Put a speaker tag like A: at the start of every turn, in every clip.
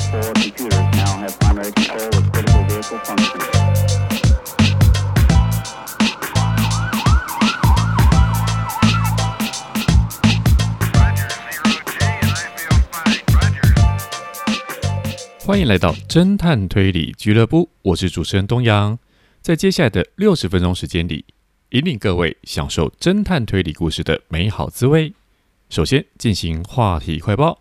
A: Four computers now have primary control of critical vehicle functions.
B: 欢迎来到侦探推理俱乐部，我是主持人东阳。在接下来的60分钟时间里，引领各位享受侦探推理故事的美好滋味。首先进行话题快报。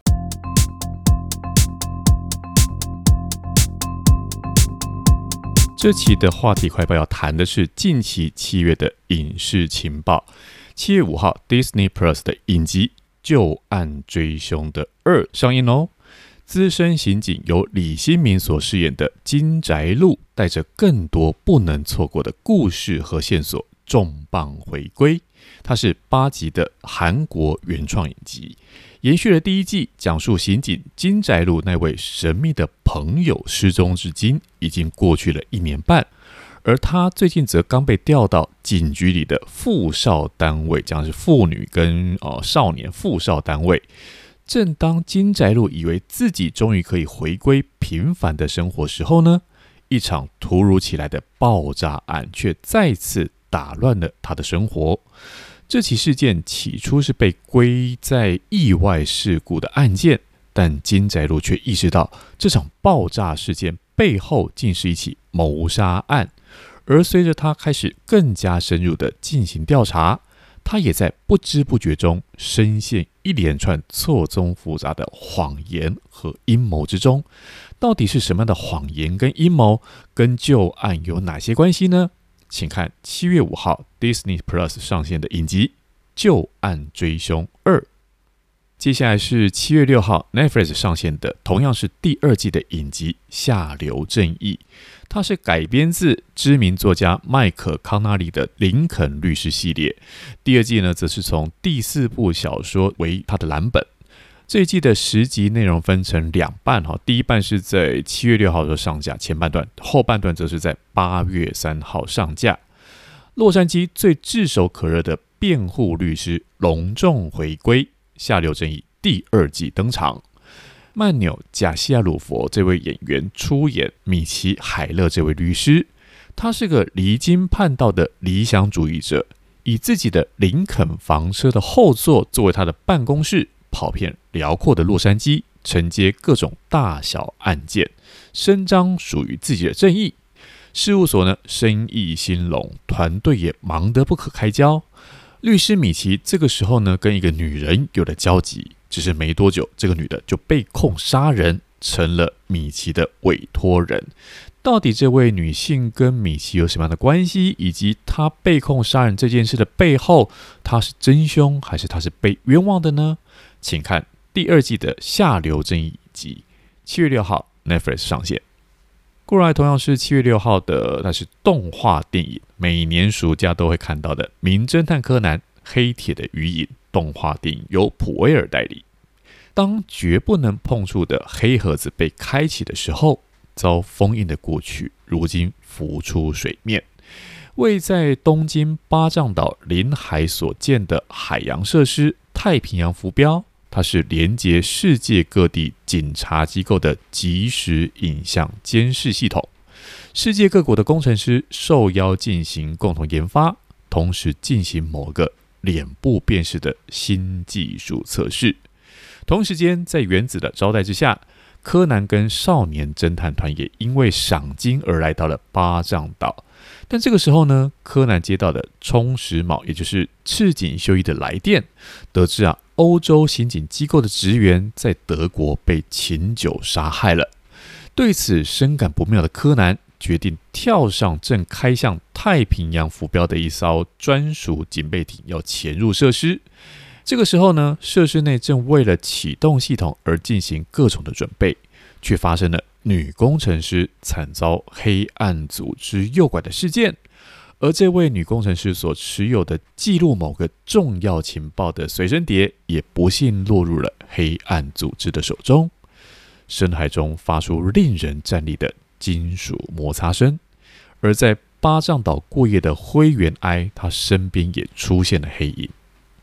B: 这期的话题快报要谈的是近期7月的影视情报。7月5号 Disney Plus 的影集《旧案追凶的2》上映哦。资深刑警由李新民所饰演的金宅路，带着更多不能错过的故事和线索，重磅回归。它是8集的韩国原创影集，延续了第1季，讲述刑警金宅路那位神秘的朋友失踪至今已经过去了1年半，而他最近则刚被调到警局里的副少单位，讲的是妇女跟少年副少单位。正当金宅路以为自己终于可以回归平凡的生活时候呢，一场突如其来的爆炸案却再次打乱了他的生活。这起事件起初是被归在意外事故的案件，但金宅路却意识到这场爆炸事件背后竟是一起谋杀案，而随着他开始更加深入的进行调查，他也在不知不觉中深陷一连串错综复杂的谎言和阴谋之中。到底是什么样的谎言跟阴谋，跟旧案有哪些关系呢？请看7月5号 Disney Plus 上线的影集《旧案追凶2》。接下来是7月6号 Netflix 上线的同样是第2季的影集《下流正义》，它是改编自知名作家麦克康纳利的林肯律师系列。第2季呢，则是从第4部小说为它的蓝本。这一季的10集内容分成2半，第一半是在7月6号的时候上架，前半段，后半段则是在8月3号上架。洛杉矶最炙手可热的辩护律师隆重回归，下流正义第2季登场。曼纽·贾西亚鲁佛这位演员出演米奇·海勒这位律师，他是个离经叛道的理想主义者，以自己的林肯房车的后座作为他的办公室，跑遍辽阔的洛杉矶，承接各种大小案件，伸张属于自己的正义。事务所呢，生意兴隆，团队也忙得不可开交。律师米奇这个时候呢，跟一个女人有了交集，只是没多久，这个女的就被控杀人，成了米奇的委托人。到底这位女性跟米奇有什么样的关系，以及她被控杀人这件事的背后，她是真凶还是她是被冤枉的呢？请看第2季的下流正义集，7月6号 Netflix 上线。过来同样是7月6号的，那是动画电影，每年暑假都会看到的《名侦探柯南：黑铁的鱼影》动画电影，由普威尔代理。当绝不能碰触的黑盒子被开启的时候，遭封印的过去如今浮出水面。位在东京八丈岛临海所建的海洋设施太平洋浮标，它是连接世界各地警察机构的即时影像监视系统。世界各国的工程师受邀进行共同研发，同时进行某个脸部辨识的新技术测试。同时间，在原子的招待之下，柯南跟少年侦探团也因为赏金而来到了八丈岛。但这个时候呢，柯南接到的充实卯，也就是赤井秀一的来电，得知欧洲刑警机构的职员在德国被琴酒杀害了。对此深感不妙的柯南，决定跳上正开向太平洋浮标的一艘专属警备艇，要潜入设施。这个时候呢，设施内正为了启动系统而进行各种的准备，却发生了女工程师惨遭黑暗组织诱拐的事件。而这位女工程师所持有的记录某个重要情报的随身碟，也不幸落入了黑暗组织的手中。深海中发出令人战栗的金属摩擦声，而在八丈岛过夜的灰原哀，他身边也出现了黑影。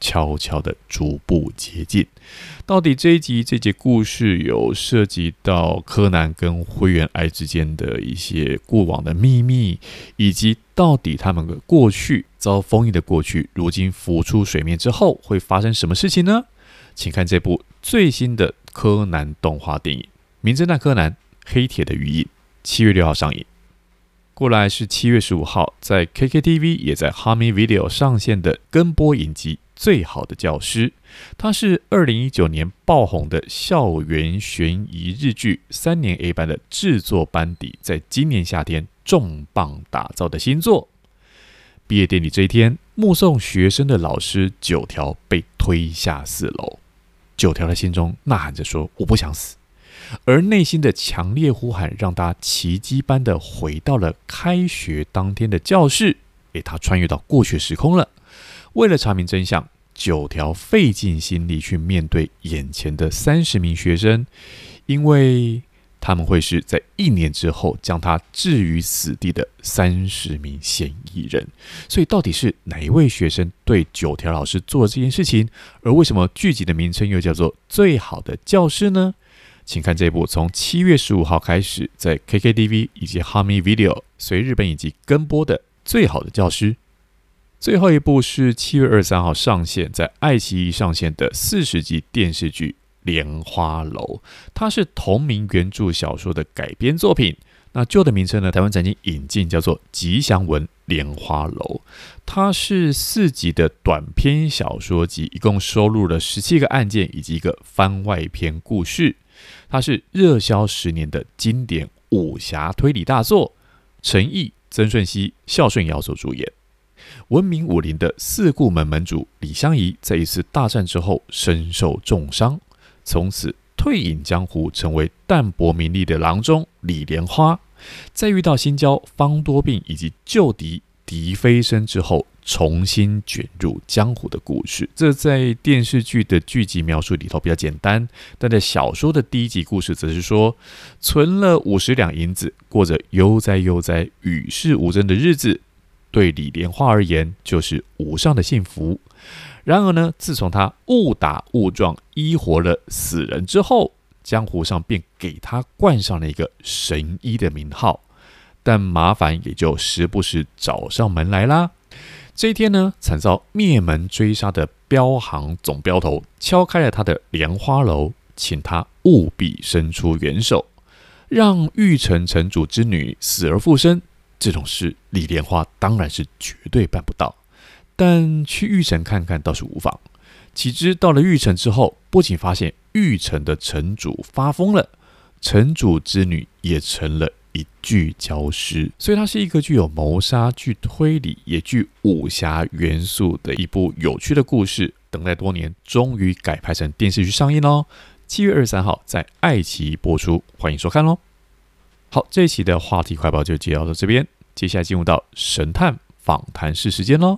B: 悄悄的逐步接近。到底这一集这节故事有涉及到柯南跟灰原哀之间的一些过往的秘密，以及到底他们的过去遭封印的过去如今浮出水面之后会发生什么事情呢？请看这部最新的柯南动画电影《名侦探柯南：黑铁的余影》，7月6号上映。过来是7月15号在 KKTV 也在 Hami Video 上线的跟播影集《最好的教师》，它是2019年爆红的校园悬疑日剧3年 A 班的制作班底，在今年夏天重磅打造的新作。毕业典礼这一天，目送学生的老师九条被推下4楼，九条的心中呐喊着说：“我不想死。”而内心的强烈呼喊让他奇迹般的回到了开学当天的教室，他穿越到过去时空了。为了查明真相，九条费尽心力去面对眼前的30名学生，因为他们会是在1年之后将他置于死地的30名嫌疑人。所以到底是哪一位学生对九条老师做了这件事情？而为什么剧集的名称又叫做《最好的教师》呢？请看这部从7月15号开始在 KKTV 以及 Hami Video 随日本影集跟播的《最好的教师》。最后一部是7月23号上线在爱奇艺上线的40集电视剧《莲花楼》，它是同名原著小说的改编作品。那旧的名称呢，台湾曾经引进叫做《吉祥文莲花楼》，它是4集的短篇小说集，一共收录了17个案件以及一个番外篇故事。它是热销10年的经典武侠推理大作，陈毅、曾舜晞、孝顺尧所主演。闻名武林的四顾门门主李香怡，在一次大战之后身受重伤，从此退隐江湖，成为淡泊名利的郎中李莲花。在遇到新交方多病以及旧敌狄飞升之后，重新卷入江湖的故事。这在电视剧的剧集描述里头比较简单，但在小说的第1集故事则是说，存了50两银子，过着悠哉悠哉、与世无争的日子，对李莲花而言就是无上的幸福。然而呢，自从他误打误撞医活了死人之后，江湖上便给他冠上了一个神医的名号，但麻烦也就时不时找上门来啦。这一天呢，惨遭灭门追杀的镖行总镖头敲开了他的莲花楼，请他务必伸出援手，让玉城城主之女死而复生。这种事李莲花当然是绝对办不到，但去玉城看看倒是无妨。岂知到了玉城之后，不仅发现玉城的城主发疯了，城主之女也成了一具焦尸。所以它是一个具有谋杀、具推理也具武侠元素的一部有趣的故事，等待多年终于改拍成电视剧上映咯。7月23号在爱奇艺播出，欢迎收看咯。好，这一期的话题快报就介绍到这边，接下来进入到神探访谈室时间咯。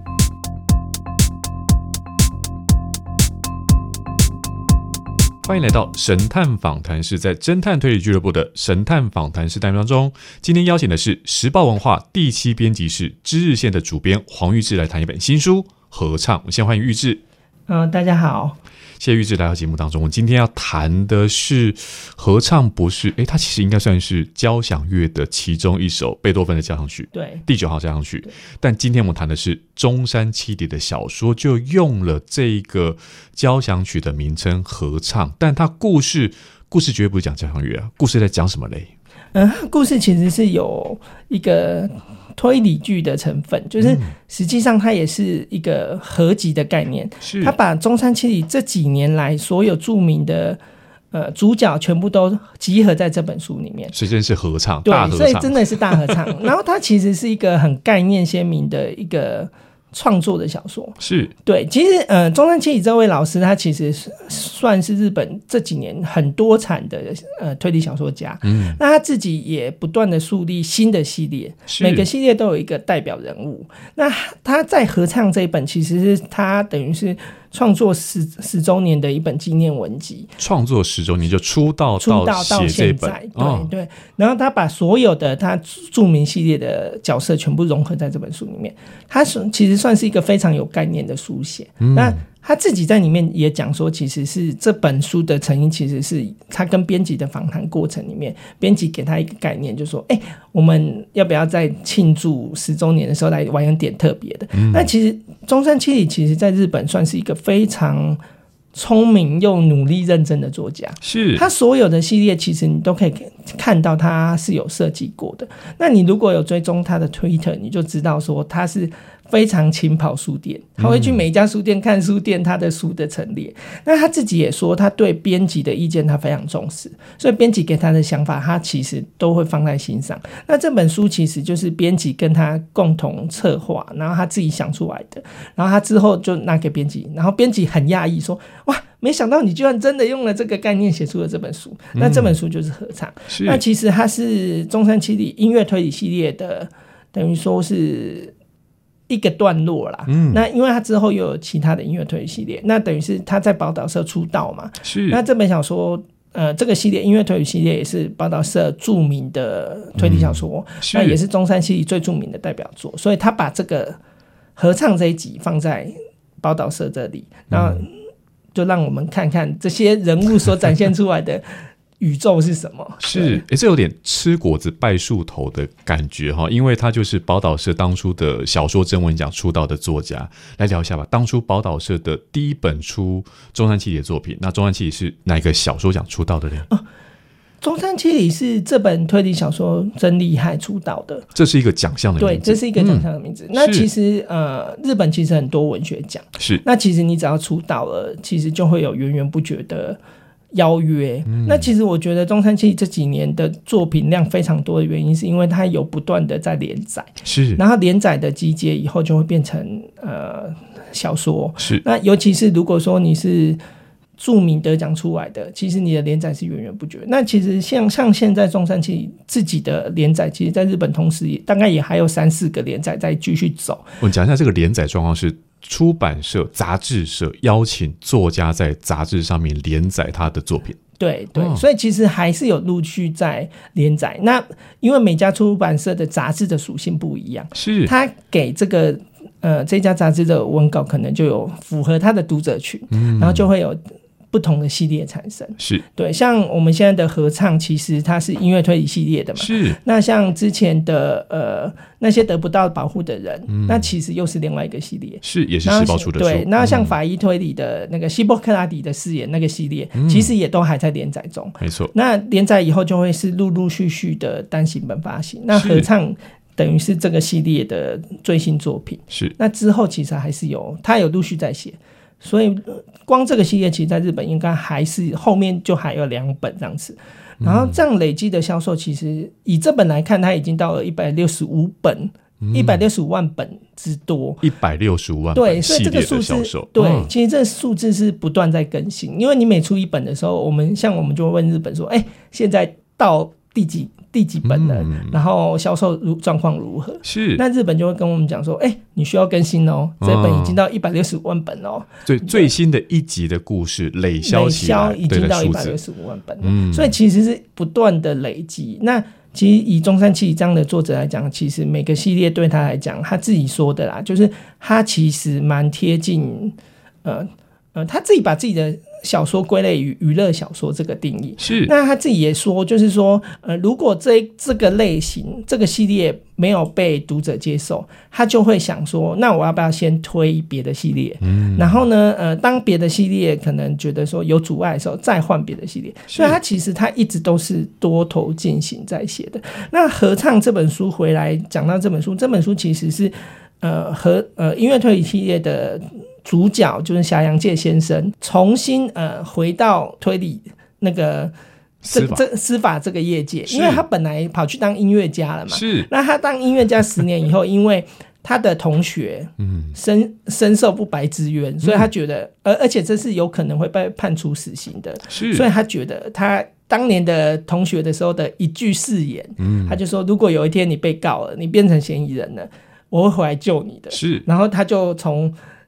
B: 欢迎来到神探访谈室，在侦探推理俱乐部的神探访谈室单元当中，今天邀请的是时报文化第7编辑室知日线的主编黄玉志来谈一本新书《合唱》。我们先欢迎玉志。
C: 大家好。
B: 谢谢玉志来到节目当中。我们今天要谈的是合唱，不是它其实应该算是交响乐的其中一首贝多芬的交响曲，
C: 对，
B: 第9号交响曲。但今天我们谈的是中山七里的小说，就用了这个交响曲的名称合唱，但它故事绝对不是讲交响乐啊，故事在讲什么嘞？
C: 故事其实是有一个推理剧的成分，就是实际上它也是一个合集的概念，它把中山七里这几年来所有著名的主角全部都集合在这本书里面，
B: 所以真是合唱，
C: 对，
B: 大合唱，
C: 所以真的是大合唱。然后它其实是一个很概念鲜明的一个创作的小说，
B: 是
C: 对。其实中山七里这位老师，他其实算是日本这几年很多产的推理小说家。那他自己也不断的树立新的系列，每个系列都有一个代表人物。那他在合唱这一本，其实是他等于是创作10周年的一本纪念文集。
B: 创作10周年就出道到写这本，
C: 对，然后他把所有的他著名系列的角色全部融合在这本书里面。他其实算是一个非常有概念的书写。那他自己在里面也讲说，其实是这本书的成因，其实是他跟编辑的访谈过程里面，编辑给他一个概念，就说我们要不要在庆祝10周年的时候来玩一点特别的。那其实中山七里其实在日本算是一个非常聪明又努力认真的作家，
B: 是
C: 他所有的系列其实你都可以看到他是有设计过的。那你如果有追踪他的 Twitter， 你就知道说他是非常勤跑书店，他会去每一家书店看书店他的书的陈列。那他自己也说他对编辑的意见他非常重视，所以编辑给他的想法他其实都会放在心上。那这本书其实就是编辑跟他共同策划，然后他自己想出来的，然后他之后就拿给编辑，然后编辑很讶异说，哇，没想到你居然真的用了这个概念写出了这本书。那这本书就是合唱。那其实它是中山七里音乐推理系列的，等于说是一个段落啦。那因为他之后又有其他的音乐推理系列，那等于是他在宝岛社出道嘛。
B: 是
C: 那这本小说这个系列音乐推理系列也是宝岛社著名的推理小说，那也是中山七里最著名的代表作，所以他把这个合唱这一集放在宝岛社这里，然后就让我们看看这些人物所展现出来的宇宙是什么。
B: 是这有点吃果子拜树头的感觉，因为他就是宝岛社当初的小说征文奖出道的作家。来聊一下吧，当初宝岛社的第一本出中山七里的作品，那中山七里是哪个小说奖出道的呢？
C: 中山七里是这本推理小说真厉害出道的，
B: 这是一个奖项的名字。
C: 对，这是一个奖项的名字。那其实日本其实很多文学奖，
B: 是
C: 那其实你只要出道了，其实就会有源源不绝的邀约。那其实我觉得中山七里这几年的作品量非常多的原因，是因为它有不断的在连载，
B: 是，
C: 然后连载的集结以后就会变成小说。
B: 是，
C: 那尤其是如果说你是著名得奖出来的，其实你的连载是源源不绝。那其实像现在中山七里自己的连载，其实在日本同时大概也还有3-4个连载在继续走。
B: 我讲一下这个连载状况是出版社、杂志社邀请作家在杂志上面连载他的作品。
C: 对对，所以其实还是有陆续在连载。那因为每家出版社的杂志的属性不一样，
B: 是
C: 他给这个这家杂志的文稿可能就有符合他的读者群，然后就会有不同的系列产生。
B: 是，
C: 对，像我们现在的合唱其实它是音乐推理系列的嘛。
B: 是，
C: 那像之前的那些得不到保护的人，那其实又是另外一个系列，
B: 是也是时报出的书。
C: 对，那像法医推理的那个希波克拉底的誓言那个系列，其实也都还在连载中。
B: 没错，
C: 那连载以后就会是陆陆续续的单行本发行。那合唱等于是这个系列的最新作品。
B: 是，
C: 那之后其实还是他有陆续在写。所以光这个系列其实在日本应该还是后面就还有2本这样子，然后这样累积的销售其实以这本来看它已经到了165本，165万本之多
B: ，165万本系列的销售。
C: 对，其实这个数字是不断在更新，因为你每出一本的时候，我们就会问日本说，现在到第几本了，然后销售状况如何？
B: 是，
C: 那日本就会跟我们讲说，你需要更新哦，这本已经到165万本哦。
B: 最新的一集的故事累销起来，
C: 已经到165万本了，所以其实是不断的累积。那其实以中山七里这样的作者来讲，其实每个系列对他来讲，他自己说的啦，就是他其实蛮贴近他自己把自己的小说归类于娱乐小说这个定义。
B: 是，
C: 那他自己也说，就是说如果这个类型这个系列没有被读者接受，他就会想说，那我要不要先推别的系列，然后呢当别的系列可能觉得说有阻碍的时候再换别的系列。所以他其实他一直都是多头进行在写的。那合唱这本书回来讲到这本书其实是音乐推理系列的主角就是霞阳介先生重新回到推理那个司法这个业界，因为他本来跑去当音乐家了嘛。
B: 是，
C: 那他当音乐家10年以后，因为他的同学深受不白之冤，所以他觉得而且这是有可能会被判处死刑的，所以他觉得他当年的同学的时候的一句誓言，他就说如果有一天你被告了，你变成嫌疑人了，我会回来救你的。
B: 是，
C: 然后他就从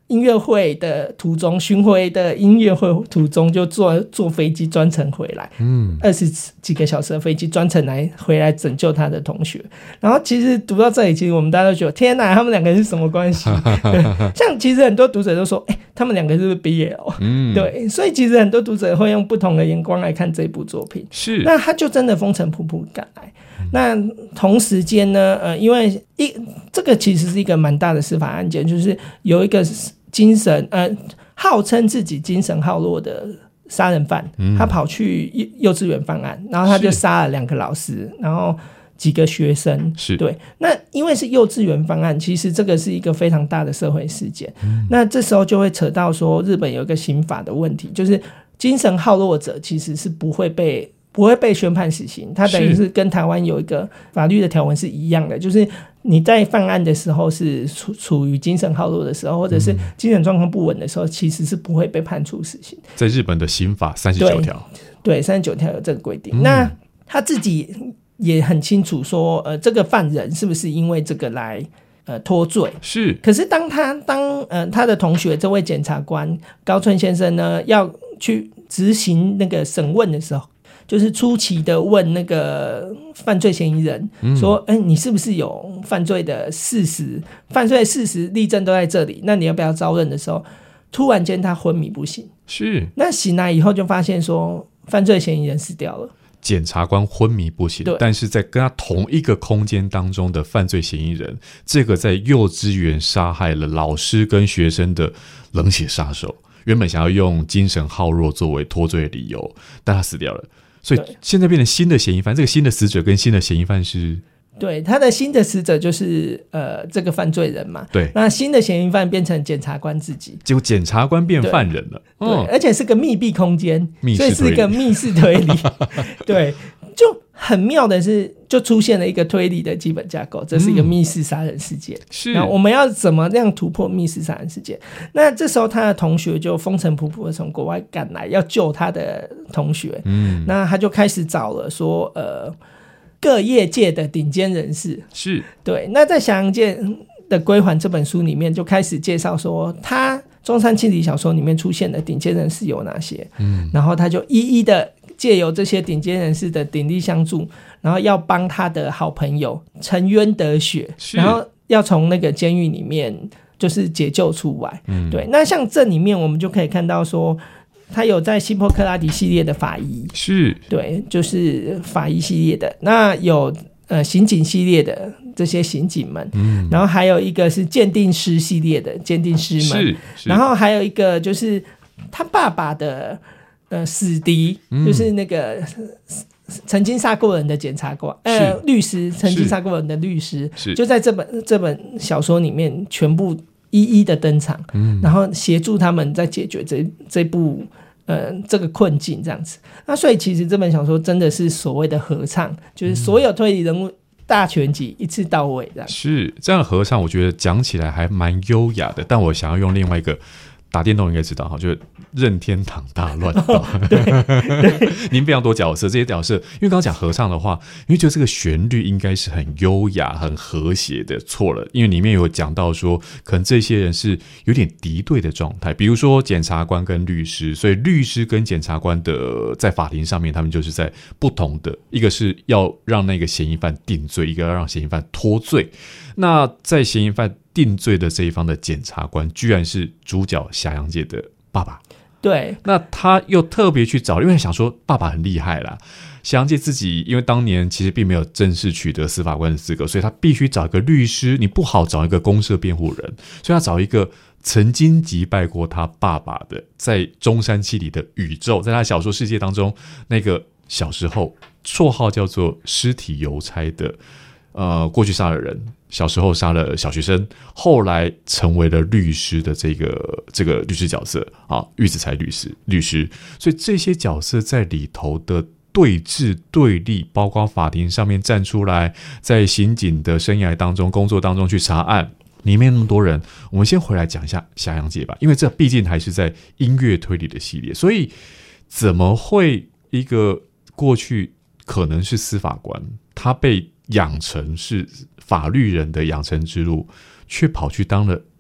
C: 音乐会的途中，巡回的音乐会途中就坐飞机专程回来，20几个小时的飞机专程回来拯救他的同学。然后其实读到这里，其实我们大家都觉得天哪，他们两个是什么关系？对，像其实很多读者都说，他们两个是不是 BL？对，所以其实很多读者会用不同的眼光来看这部作品。
B: 是，
C: 那他就真的风尘仆仆赶来。那同时间呢，因为这个其实是一个蛮大的司法案件，就是有一个号称自己精神好弱的杀人犯，他跑去幼稚园犯案，然后他就杀了2个老师，然后几个学生。
B: 是，
C: 对。那因为是幼稚园犯案，其实这个是一个非常大的社会事件。那这时候就会扯到说，日本有一个刑法的问题，就是精神好弱者其实是不会被宣判死刑，它等于是跟台湾有一个法律的条文是一样的，就是你在犯案的时候是处于精神好弱的时候，或者是精神状况不稳的时候，其实是不会被判处死刑。
B: 在日本的刑法39条，
C: 对，39条有这个规定。那他自己也很清楚说，这个犯人是不是因为这个来脱罪？是。可是当他的同学这位检察官高村先生呢，要去执行那个审问的时候，就是初期的问那个犯罪嫌疑人说，你是不是有犯罪的事实？犯罪的事实例证都在这里，那你要不要招认的时候，突然间他昏迷不醒。是。那醒来以后就发现说，犯罪嫌疑人死掉了。
B: 检察官昏迷不醒，但是在跟他同一个空间当中的犯罪嫌疑人，这个在幼稚园杀害了老师跟学生的冷血杀手，原本想要用精神好弱作为脱罪的理由，但他死掉了。所以现在变成新的嫌疑犯，这个新的死者跟新的嫌疑犯是，
C: 对，他的新的死者就是这个犯罪人嘛。对，那新的嫌疑犯变成检察官自己，
B: 结果检察官变犯人了。
C: 对，而且是个密闭空间，所以是一个密室推理。对，就很妙的是，就出现了一个推理的基本架构，这是一个密室杀人事件。是，然后我们要怎么样突破密室杀人事件？那这时候他的同学就风尘仆仆的从国外赶来，要救他的同学。那他就开始找了说，各业界的顶尖人士。是，对。那在《小阳剑的归还》这本书里面，就开始介绍说，他中山庆里小说里面出现的顶尖人士有哪些。然后他就一一的借由这些顶尖人士的鼎力相助，然后要帮他的好朋友沉冤得雪，然后要从那个监狱里面就是解救出来。对。那像这里面我们就可以看到说，他有在希波克拉底系列的法医，是，对，就是法医系列的。那有刑警系列的这些刑警们，然后还有一个是鉴定师系列的鉴定师们，然后还有一个就是他爸爸的死敌，就是那个曾经杀过人的检察官，律师，曾经杀过人的律师，就在这本小说里面全部一一的登场，然后协助他们在解决这部这个困境这样子。那所以其实这本小说真的是所谓的合唱，就是所有推理人物大全集一次到位这样。是
B: 这样的合唱，我觉得讲起来还蛮优雅的，但我想要用另外一个。打电动应该知道，就是任天堂大乱斗。您非常多角色，这些角色，因为刚刚讲合唱的话，因为觉得这个旋律应该是很优雅、很和谐的，错了，因为里面有讲到说，可能这些人是有点敌对的状态，比如说检察官跟律师，所以律师跟检察官的在法庭上面，他们就是在不同的，一个是要让那个嫌疑犯定罪，一个要让嫌疑犯脱罪。那在嫌疑犯定罪的这一方的检察官，居然是主角霞阳界的爸爸。对，那他又特别去找，因为想说爸爸很厉害啦。霞阳界自己因为当年其实并没有正式取得司法官的资格，所以他必须找一个律师，你不好找一个公社辩护人，所以他找一个曾经击败过他爸爸的，在中山七里的宇宙，在他小说世界当中，那个小时候绰号叫做尸体邮差的。过去杀了人，小时候杀了小学生，后来成为了律师的这个律师角色啊，玉子才律师，所以这些角色在里头的对峙对立，包括法庭上面站出来，在刑警的生涯当中、工作当中去查案，里面那么多人，我们先回来讲一下霞阳界吧，因为这毕竟还是在音乐推理的系列，所以怎么会一个过去可能是司法官，他被养成是法律人的养成之路，却跑去当了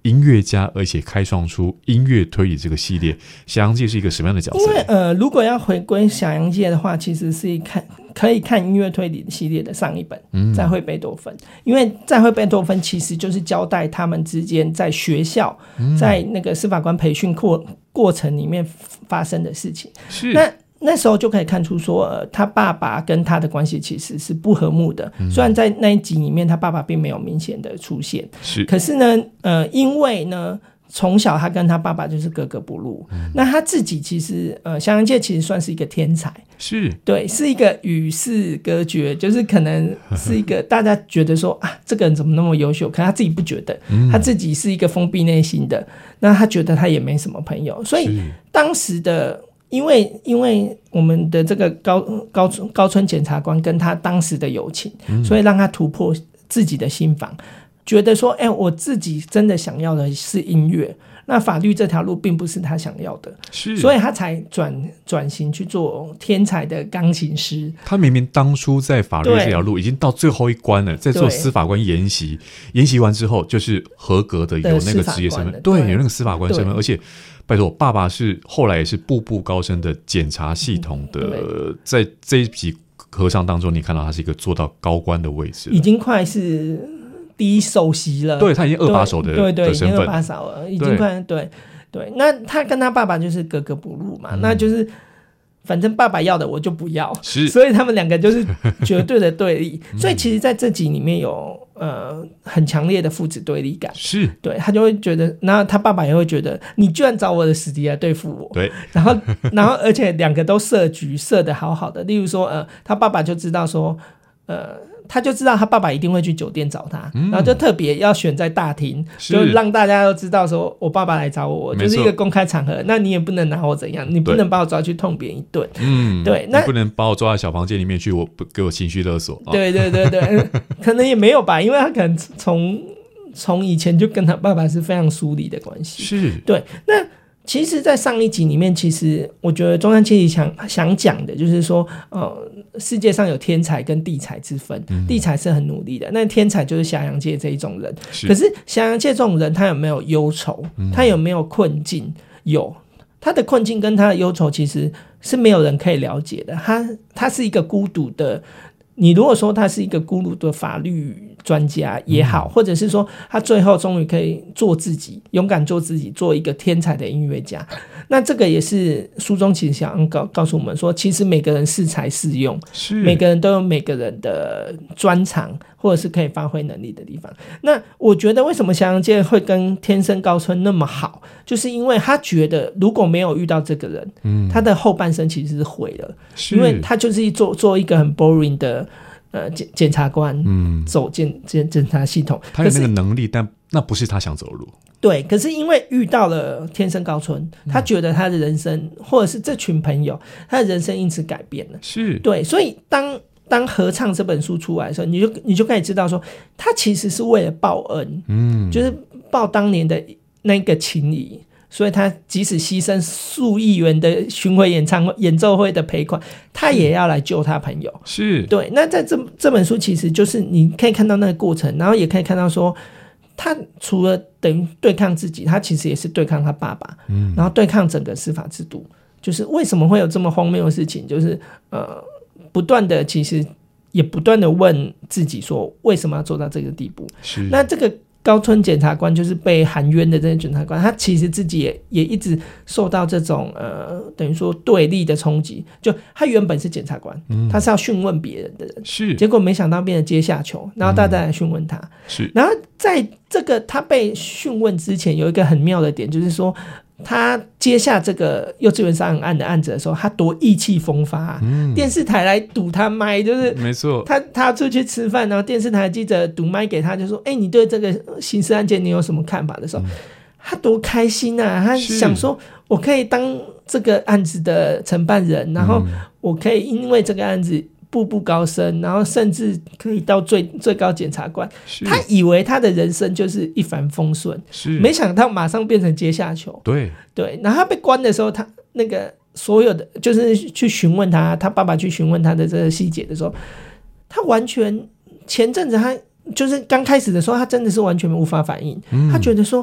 B: 音乐家，而且开创出音乐推理这个系列，小羊界是一个什么样的角色？
C: 因为如果要回归小羊界的话，其实是可以看音乐推理系列的上一本再会贝多芬，因为再会贝多芬其实就是交代他们之间在学校在那个司法官培训过程里面发生的事情。
B: 是
C: 那时候就可以看出说，他爸爸跟他的关系其实是不和睦的。虽然在那一集里面他爸爸并没有明显的出现，可是呢因为呢从小他跟他爸爸就是格格不入，那他自己其实小羊界其实算是一个天才，
B: 是
C: 对，是一个与世隔绝，就是可能是一个大家觉得说啊，这个人怎么那么优秀，可他自己不觉得，他自己是一个封闭内心的，那他觉得他也没什么朋友，所以当时的因为我们的这个高村检察官跟他当时的友情，所以让他突破自己的心防，觉得说我自己真的想要的是音乐，那法律这条路并不是他想要的，所以他才转型去做天才的钢琴师。
B: 他明明当初在法律这条路已经到最后一关了，在做司法官研习完之后就是合格的，有那个职业身份，对，有那个司法官身份，而且拜托，爸爸是后来也是步步高升的检察系统的，在这一集合唱当中，你看到他是一个做到高官的位置，
C: 已经快是第一首席了。
B: 对，他已经2把手的身份，
C: 对，已经2把手了，已经快对。那他跟他爸爸就是格格不入嘛，那就是反正爸爸要的我就不要，所以他们两个就是绝对的对立。所以其实在这集里面有很强烈的父子对立感，是对，他就会觉得，然后他爸爸也会觉得你居然找我的死敌来对付我，对，然后而且两个都设局设得好好的，例如说他爸爸就知道说他就知道他爸爸一定会去酒店找他，然后就特别要选在大厅，就让大家都知道说我爸爸来找我就是一个公开场合，那你也不能拿我怎样，你不能把我抓去痛扁一顿，对，那
B: 你不能把我抓在小房间里面去，给我情绪勒索，
C: 对对对对可能也没有吧，因为他可能从以前就跟他爸爸是非常疏离的关系，是对。那其实在上一集里面，其实我觉得中山七里想讲的就是说世界上有天才跟地才之分，地才是很努力的，那天才就是小羊界这一种人，可是小羊界这种人他有没有忧愁，他有没有困境，有，他的困境跟他的忧愁其实是没有人可以了解的，他是一个孤独的，你如果说他是一个孤独的法律专家也好，或者是说他最后终于可以做自己，勇敢做自己，做一个天才的音乐家，那这个也是书中其实想告诉我们说，其实每个人适才适用，每个人都有每个人的专长或者是可以发挥能力的地方。那我觉得为什么小羊界会跟天生高村那么好，就是因为他觉得如果没有遇到这个人，他的后半生其实是毁了，因为他就是做一个很 boring 的检察官，走检察系统，
B: 他有那个能力，但那不是他想走的路。
C: 对，可是因为遇到了天生高村，他觉得他的人生，或者是这群朋友，他的人生因此改变了。是对，所以当合唱这本书出来的时候，你就可以知道说，他其实是为了报恩，就是报当年的那个情谊。所以他即使牺牲数亿元的巡回演奏会的赔款，他也要来救他朋友。是对。那在这本书其实就是你可以看到那个过程，然后也可以看到说，他除了等于对抗自己，他其实也是对抗他爸爸，然后对抗整个司法制度。就是为什么会有这么荒谬的事情？就是不断的，其实也不断的问自己说，为什么要做到这个地步？是那这个。高村检察官就是被含冤的这个检察官，他其实自己也一直受到这种等于说对立的冲击。就他原本是检察官，他是要讯问别人的人，是结果没想到变成阶下囚，然后大家来讯问他。是然后在这个他被讯问之前，有一个很妙的点，就是说他接下这个幼稚园杀人案的案子的时候，他多意气风发，电视台来堵他麦，就是没错，他出去吃饭，然后电视台记者堵麦给他，就说你对这个刑事案件你有什么看法的时候，他多开心啊，他想说我可以当这个案子的承办人，然后我可以因为这个案子步步高升，然后甚至可以到最高检察官。他以为他的人生就是一帆风顺，没想到马上变成阶下囚。对，然后他被关的时候，他那个所有的就是去询问他爸爸去询问他的这个细节的时候，他完全前阵子他就是刚开始的时候，他真的是完全无法反应。他觉得说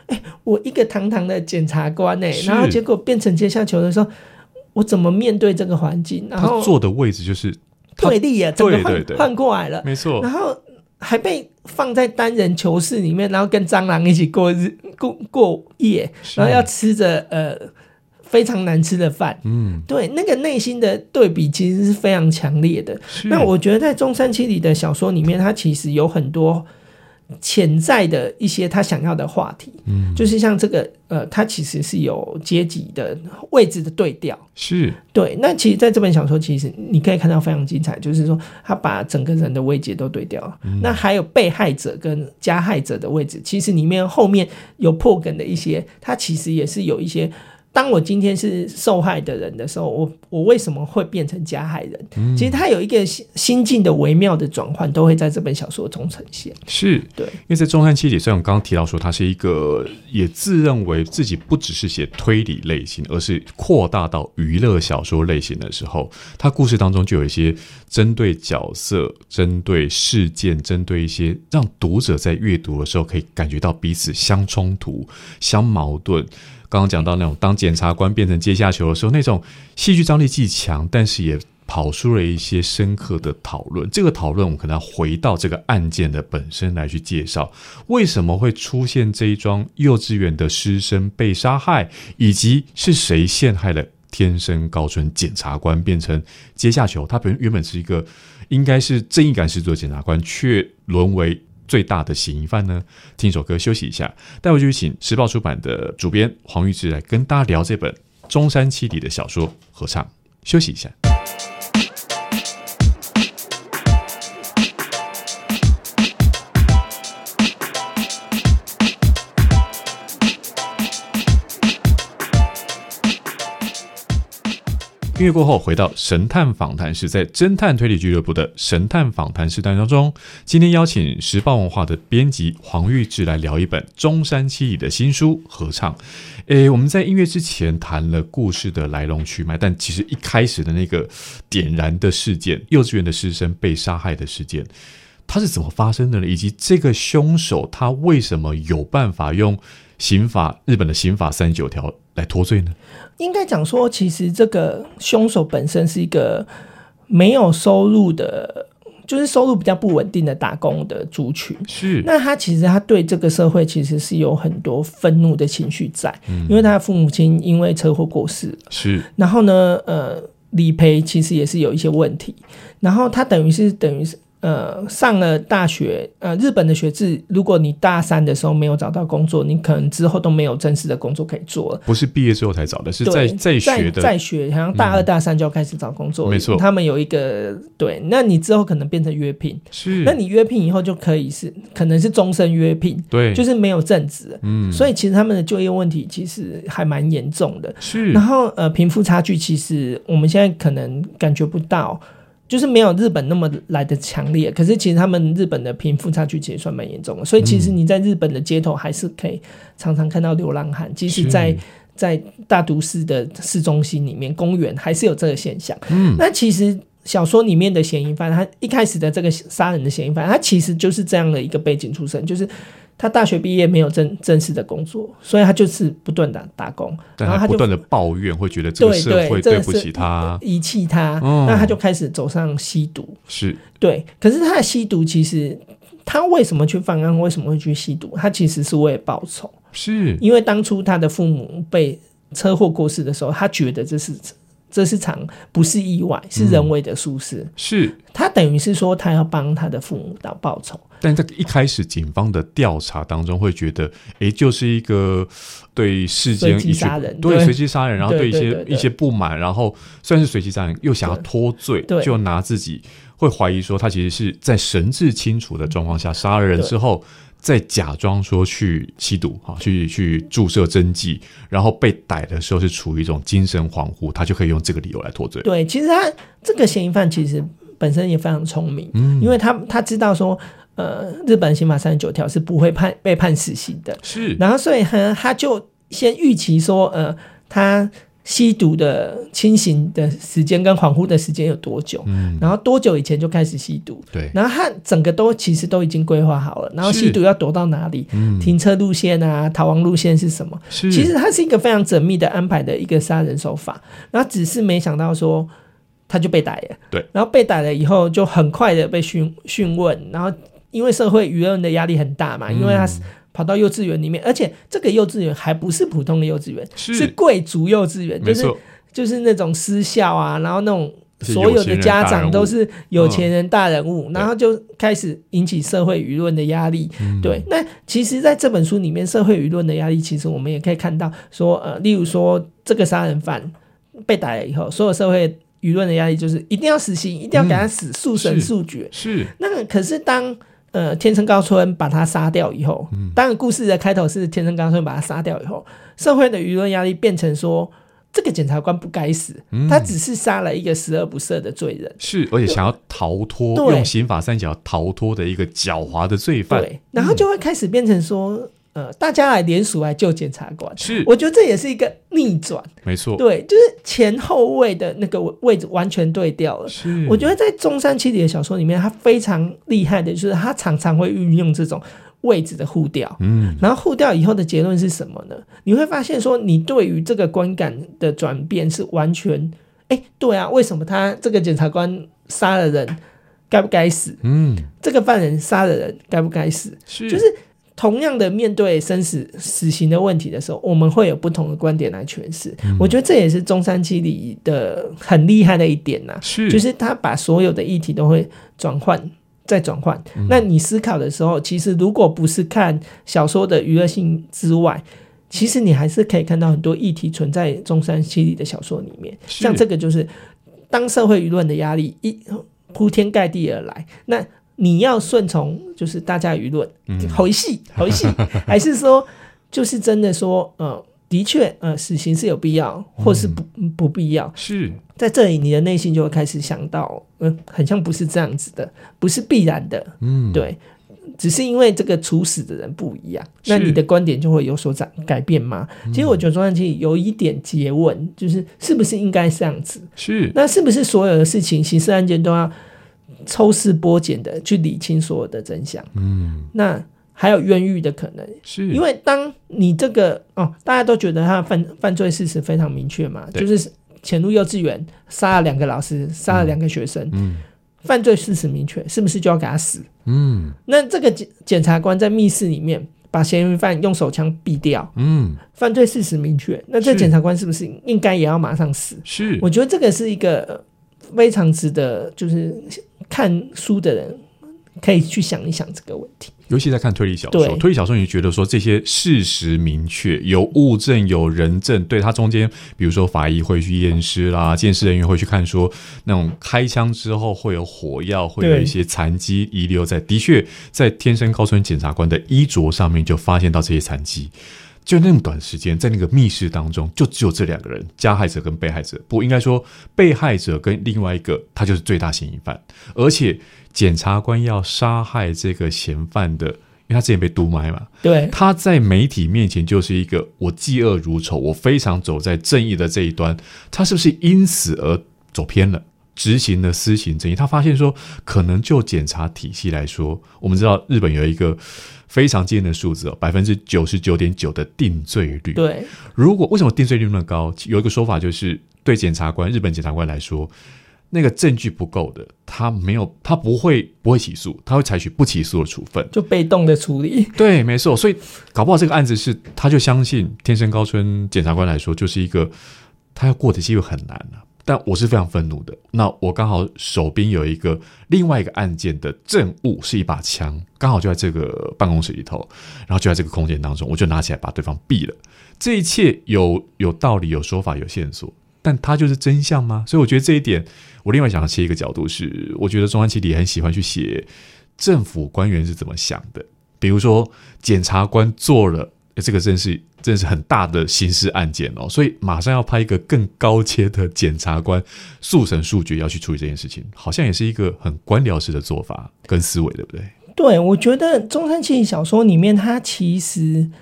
C: 我一个堂堂的检察官然后结果变成阶下囚的时候，我怎么面对这个环境？然后
B: 他坐的位置就是
C: 对立啊，整个换过来了，
B: 没错。
C: 然后还被放在单人囚室里面，然后跟蟑螂一起过夜，然后要吃着非常难吃的饭。对，那个内心的对比其实是非常强烈的。那我觉得在中山七里的小说里面，它其实有很多潜在的一些他想要的话题，就是像这个他其实是有阶级的位置的对调，
B: 是
C: 对。那其实在这本小说其实你可以看到非常精彩，就是说他把整个人的位阶都对调了，那还有被害者跟加害者的位置，其实里面后面有破梗的一些，他其实也是有一些，当我今天是受害的人的时候，我为什么会变成加害人？其实他有一个心境的微妙的转换，都会在这本小说中呈现。
B: 是，对，因为在中山七里，虽然我刚刚提到说他是一个也自认为自己不只是写推理类型，而是扩大到娱乐小说类型的时候，他故事当中就有一些针对角色、针对事件、针对一些让读者在阅读的时候可以感觉到彼此相冲突、相矛盾。刚刚讲到那种当检察官变成阶下囚的时候，那种戏剧张力既强，但是也跑出了一些深刻的讨论。这个讨论我们可能要回到这个案件的本身来去介绍，为什么会出现这一桩幼稚园的师生被杀害，以及是谁陷害了天生高春检察官变成阶下囚。他原本是一个应该是正义感十足的检察官，却沦为最大的嫌疑犯呢？听一首歌休息一下，待会就请时报出版的主编黄玉芝来跟大家聊这本中山七里的小说合唱。休息一下。音乐过后，回到神探访谈室，在侦探推理俱乐部的神探访谈时段当中，今天邀请时报文化的编辑黄玉芝来聊一本中山七里的新书《合唱》。我们在音乐之前谈了故事的来龙去脉，但其实一开始的那个点燃的事件，幼稚园的师生被杀害的事件，它是怎么发生的呢？以及这个凶手他为什么有办法用日本的刑法39条来脱罪呢？
C: 应该讲说，其实这个凶手本身是一个没有收入的，就是收入比较不稳定的打工的族群。
B: 是，
C: 那他其实他对这个社会其实是有很多愤怒的情绪在，因为他的父母亲因为车祸过世了。
B: 是，
C: 然后呢，理赔其实也是有一些问题，然后他等于是上了大学，日本的学制，如果你大三的时候没有找到工作，你可能之后都没有正式的工作可以做了。
B: 不是毕业之后才找的，是在学的，
C: 在学，好像大二大三就要开始找工作。
B: 没错，
C: 他们有一个对，那你之后可能变成约聘，
B: 是，
C: 那你约聘以后就可能是终身约聘，
B: 对，
C: 就是没有正职。所以其实他们的就业问题其实还蛮严重的。
B: 是，
C: 然后贫富差距其实我们现在可能感觉不到。就是没有日本那么来的强烈，可是其实他们日本的贫富差距其实算蛮严重的，所以其实你在日本的街头还是可以常常看到流浪汉，即使在大都市的市中心里面公园还是有这个现象。那其实小说里面的嫌疑犯，他一开始的这个杀人的嫌疑犯，他其实就是这样的一个背景出身，就是他大学毕业没有正式的工作，所以他就是不断的打工，
B: 然后他不断的抱怨，会觉得这个社会对不起他，
C: 遗弃他，那他就开始走上吸毒。
B: 是，
C: 对。可是他的吸毒，其实他为什么去犯案，为什么会去吸毒？他其实是为了报仇，
B: 是
C: 因为当初他的父母被车祸过世的时候，他觉得这是场不是意外，是人为的疏失。
B: 是，
C: 他等于是说他要帮他的父母报仇。
B: 但在一开始警方的调查当中会觉得就是一个对事件
C: 随机杀人，
B: 对随机杀人，然后对一些不满，然后虽然是随机杀人又想要脱罪，就拿自己会怀疑说他其实是在神志清楚的状况下杀了人之后，再假装说去吸毒，去注射针剂，然后被逮的时候是处于一种精神恍惚，他就可以用这个理由来脱罪。
C: 对，其实他这个嫌疑犯其实本身也非常聪明，因为他知道说日本刑法39条是不会被判死刑的，
B: 是，
C: 然后所以他就先预期说他吸毒的清醒的时间跟恍惚的时间有多久，然后多久以前就开始吸毒，
B: 对，
C: 然后他整个其实都已经规划好了，然后吸毒要躲到哪里，停车路线啊，逃亡路线是什么，其实它是一个非常缜密的安排的一个杀人手法，然后只是没想到说他就被逮了，
B: 对，
C: 然后被逮了以后就很快的被讯问，然后因为社会舆论的压力很大嘛，因为他跑到幼稚园里面，而且这个幼稚园还不是普通的幼稚园，是贵族幼稚园，就是那种私校啊，然后那种所有的家长都是有钱人大人物，然后就开始引起社会舆论的压力。对，那其实在这本书里面，社会舆论的压力，其实我们也可以看到说，例如说这个杀人犯被逮了以后，所有社会舆论的压力就是一定要死刑，一定要给他死，速审速决。是，那可是当天生高村把他杀掉以后，当然故事的开头是天生高村把他杀掉以后，社会的舆论压力变成说这个检察官不该死，他只是杀了一个十恶不赦的罪人，
B: 是，而且想要逃脱，用刑法三角逃脱的一个狡猾的罪犯，
C: 对，然后就会开始变成说大家来联署来救检察官，
B: 是，
C: 我觉得这也是一个逆转，
B: 没错，
C: 对，就是前后位的那个位置完全对调了。是，我觉得在中山七里的小说里面，他非常厉害的就是他常常会运用这种位置的互调，然后互调以后的结论是什么呢？你会发现说，你对于这个观感的转变是完全，对啊，为什么他这个检察官杀了人该不该死？这个犯人杀了人该不该死？就是同样的面对死刑的问题的时候，我们会有不同的观点来诠释。我觉得这也是中山七里的很厉害的一点啊，就是他把所有的议题都会转换。那你思考的时候，其实如果不是看小说的娱乐性之外，其实你还是可以看到很多议题存在中山七里的小说里面。像这个就是当社会舆论的压力铺天盖地而来，那你要顺从就是大家舆论，回戏，还是说就是真的说的确死刑是有必要或是不必要，是在这里你的内心就会开始想到很像不是这样子的，不是必然的，对，只是因为这个处死的人不一样，那你的观点就会有所改变吗？其实我觉得中山七里有一点诘问，就是是不是应该这样子，是，那是不是所有的事情刑事案件都要抽丝剥茧的去理清所有的真相？那还有冤狱的可能，是因为当你这个大家都觉得他犯罪事实非常明确嘛，就是潜入幼稚园杀了2个老师，杀了2个学生，犯罪事实明确，是不是就要给他死？那这个检察官在密室里面把嫌疑犯用手枪毙掉，犯罪事实明确，那这检察官是不是应该也要马上死？是，我觉得这个是一个非常值得就是看书的人可以去想一想这个问题。
B: 尤其在看推理小说，推理小说你觉得说这些事实明确，有物证有人证，对，它中间比如说法医会去验尸啦，鉴识人员会去看说那种开枪之后会有火药，会有一些残迹遗留在，的确在天生高村检察官的衣着上面就发现到这些残迹，就那么短时间在那个密室当中就只有这2个人，加害者跟被害者，不应该说被害者跟另外一个他就是最大嫌疑犯，而且检察官要杀害这个嫌犯的，因为他之前被毒埋嘛，对，他在媒体面前就是一个我嫉恶如仇，我非常走在正义的这一端，他是不是因此而走偏了，执行了私刑正义？他发现说可能就检察体系来说，我们知道日本有一个非常惊人的数字99.9% 的定罪率。对，为什么定罪率那么高？有一个说法就是对日本检察官来说，那个证据不够的，他不会起诉，他会采取不起诉的处分，
C: 就被动的处理。
B: 对，没错，所以搞不好这个案子是他就相信天生高村检察官来说就是一个他要过的机会很难啊。但我是非常愤怒的，那我刚好手边有另外一个案件的证物是一把枪，刚好就在这个办公室里头，然后就在这个空间当中，我就拿起来把对方毙了。这一切有道理，有说法，有线索，但它就是真相吗？所以我觉得这一点，我另外想要切一个角度是，我觉得中山七里很喜欢去写政府官员是怎么想的，比如说检察官做了这个真是很大的刑事案件所以马上要派一个更高阶的检察官速审速决要去处理这件事情，好像也是一个很官僚式的做法跟思维，对不对？
C: 对，我觉得中山七里小说里面它其实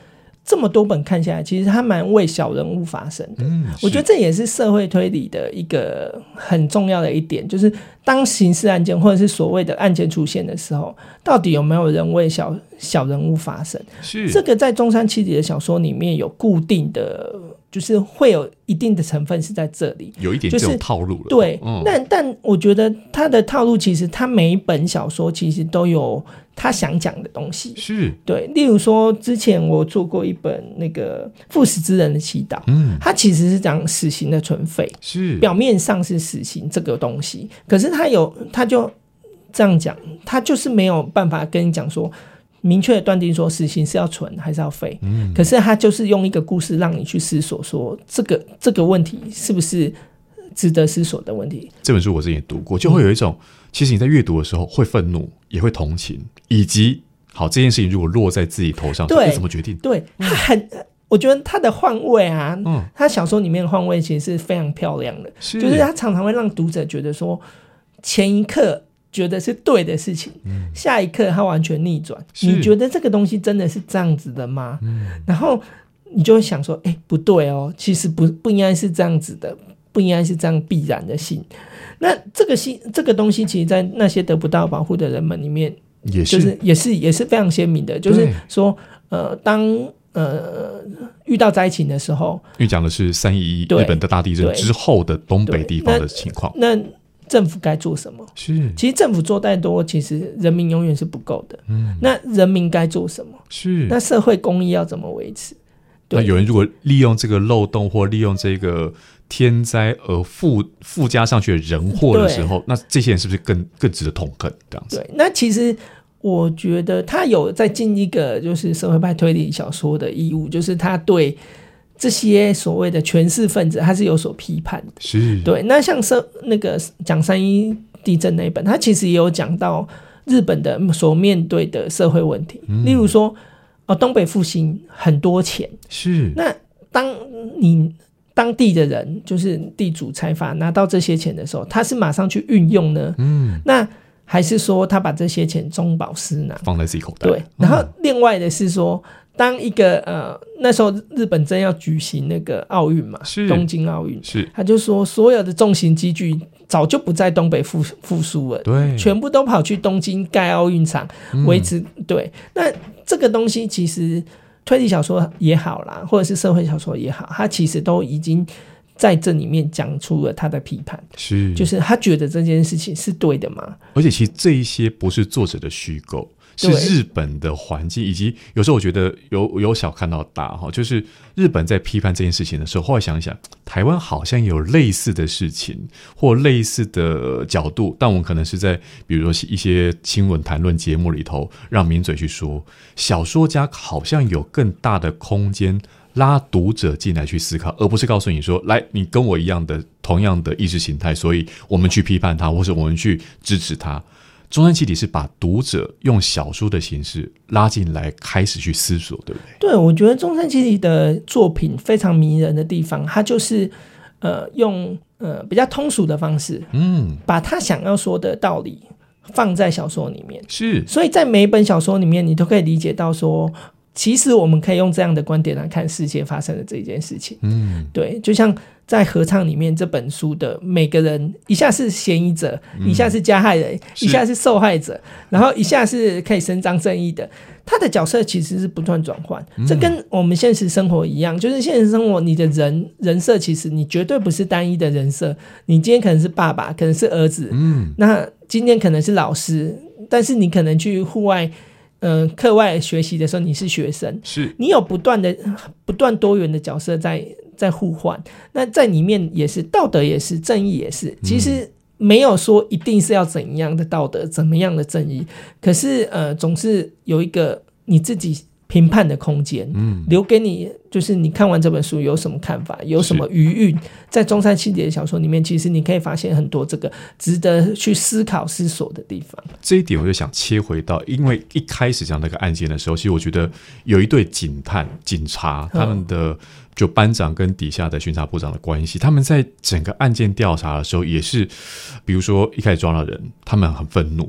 C: 这么多本看下来，其实他蛮为小人物发声的。我觉得这也是社会推理的一个很重要的一点，就是当刑事案件或者是所谓的案件出现的时候，到底有没有人为小人物发声？
B: 是
C: 这个在中山七里的小说里面有固定的，就是会有一定的成分是在这里，
B: 有一点这种套路了。
C: 对，但我觉得他的套路其实他每一本小说其实都有他想讲的东西。
B: 是，
C: 对，例如说之前我做过一本那个赴死之人的祈祷，他其实是讲死刑的存废，
B: 是
C: 表面上是死刑这个东西，可是他就这样讲，他就是没有办法跟你讲说明确的断定说死刑是要存还是要废，可是他就是用一个故事让你去思索说这个问题是不是值得思索的问题。
B: 这本书我之前也读过，就会有一种其实你在阅读的时候会愤怒也会同情，以及好这件事情如果落在自己头上
C: 对
B: 怎么决定。
C: 对，我觉得他的换位啊，他小说里面的换位其实是非常漂亮的，就是他常常会让读者觉得说前一刻觉得是对的事情，下一刻他完全逆转，你觉得这个东西真的是这样子的吗？然后你就会想说不对哦，其实不应该是这样子的，不应该是这样必然的性。那这个东西其实在那些得不到保护的人们里面也是非常鲜明的，就是说当遇到灾情的时候，
B: 因为讲的是311日本的大地震之后的东北地方的情况，
C: 那政府该做什么？是，其实政府做再多，其实人民永远是不够的。那人民该做什么？是，那社会公益要怎么维持？
B: 那有人如果利用这个漏洞或利用这个天灾而附加上去的人祸的时候，那这些人是不是更值得痛恨？这样子。
C: 对，那其实我觉得他有在尽一个就是社会派推理小说的义务，就是他对这些所谓的权势分子他是有所批判的。
B: 是，
C: 对。那像那个讲3·11地震那一本，他其实也有讲到日本的所面对的社会问题，例如说东北复兴很多钱，是，那当你当地的人就是地主财阀拿到这些钱的时候，他是马上去运用呢，那还是说他把这些钱中饱私囊
B: 放在自己口袋？
C: 对，然后另外的是说当一个那时候日本正要举行那个奥运嘛，东京奥运，是，他就说所有的重型机具早就不在东北复苏了，对，全部都跑去东京盖奥运场维持。对，那这个东西其实推理小说也好啦，或者是社会小说也好，他其实都已经在这里面讲出了他的批判，是，就是他觉得这件事情是对的吗？
B: 而且其实这一些不是作者的虚构，是日本的环境，以及有时候我觉得有小看到大，就是日本在批判这件事情的时候，后来想一想，台湾好像有类似的事情或类似的角度，但我们可能是在比如说一些新闻谈论节目里头让名嘴去说，小说家好像有更大的空间拉读者进来去思考，而不是告诉你说来你跟我一样的同样的意识形态，所以我们去批判他或者我们去支持他。中山七里是把读者用小说的形式拉进来开始去思索，对不对？
C: 对，我觉得中山七里的作品非常迷人的地方，他就是用比较通俗的方式，把他想要说的道理放在小说里面，是，所以在每一本小说里面你都可以理解到说其实我们可以用这样的观点来看世界发生的这一件事情。对，就像在合唱里面这本书的每个人，一下是嫌疑者，一下是加害人，一下是受害者，然后一下是可以伸张正义的，他的角色其实是不断转换。这跟我们现实生活一样，就是现实生活你的人设其实你绝对不是单一的人设，你今天可能是爸爸，可能是儿子，那今天可能是老师，但是你可能去户外课外学习的时候你是学生，是你有不断多元的角色在互换，那在里面也是道德也是正义也是，其实没有说一定是要怎样的道德怎么样的正义，可是总是有一个你自己评判的空间，留给你，就是你看完这本书有什么看法，有什么余韵。在中山七里的小说里面，其实你可以发现很多这个值得去思考思索的地方。
B: 这一点我就想切回到，因为一开始讲那个案件的时候，其实我觉得有一对警察他们的就班长跟底下的巡查部长的关系，他们在整个案件调查的时候也是，比如说一开始抓到人他们很愤怒，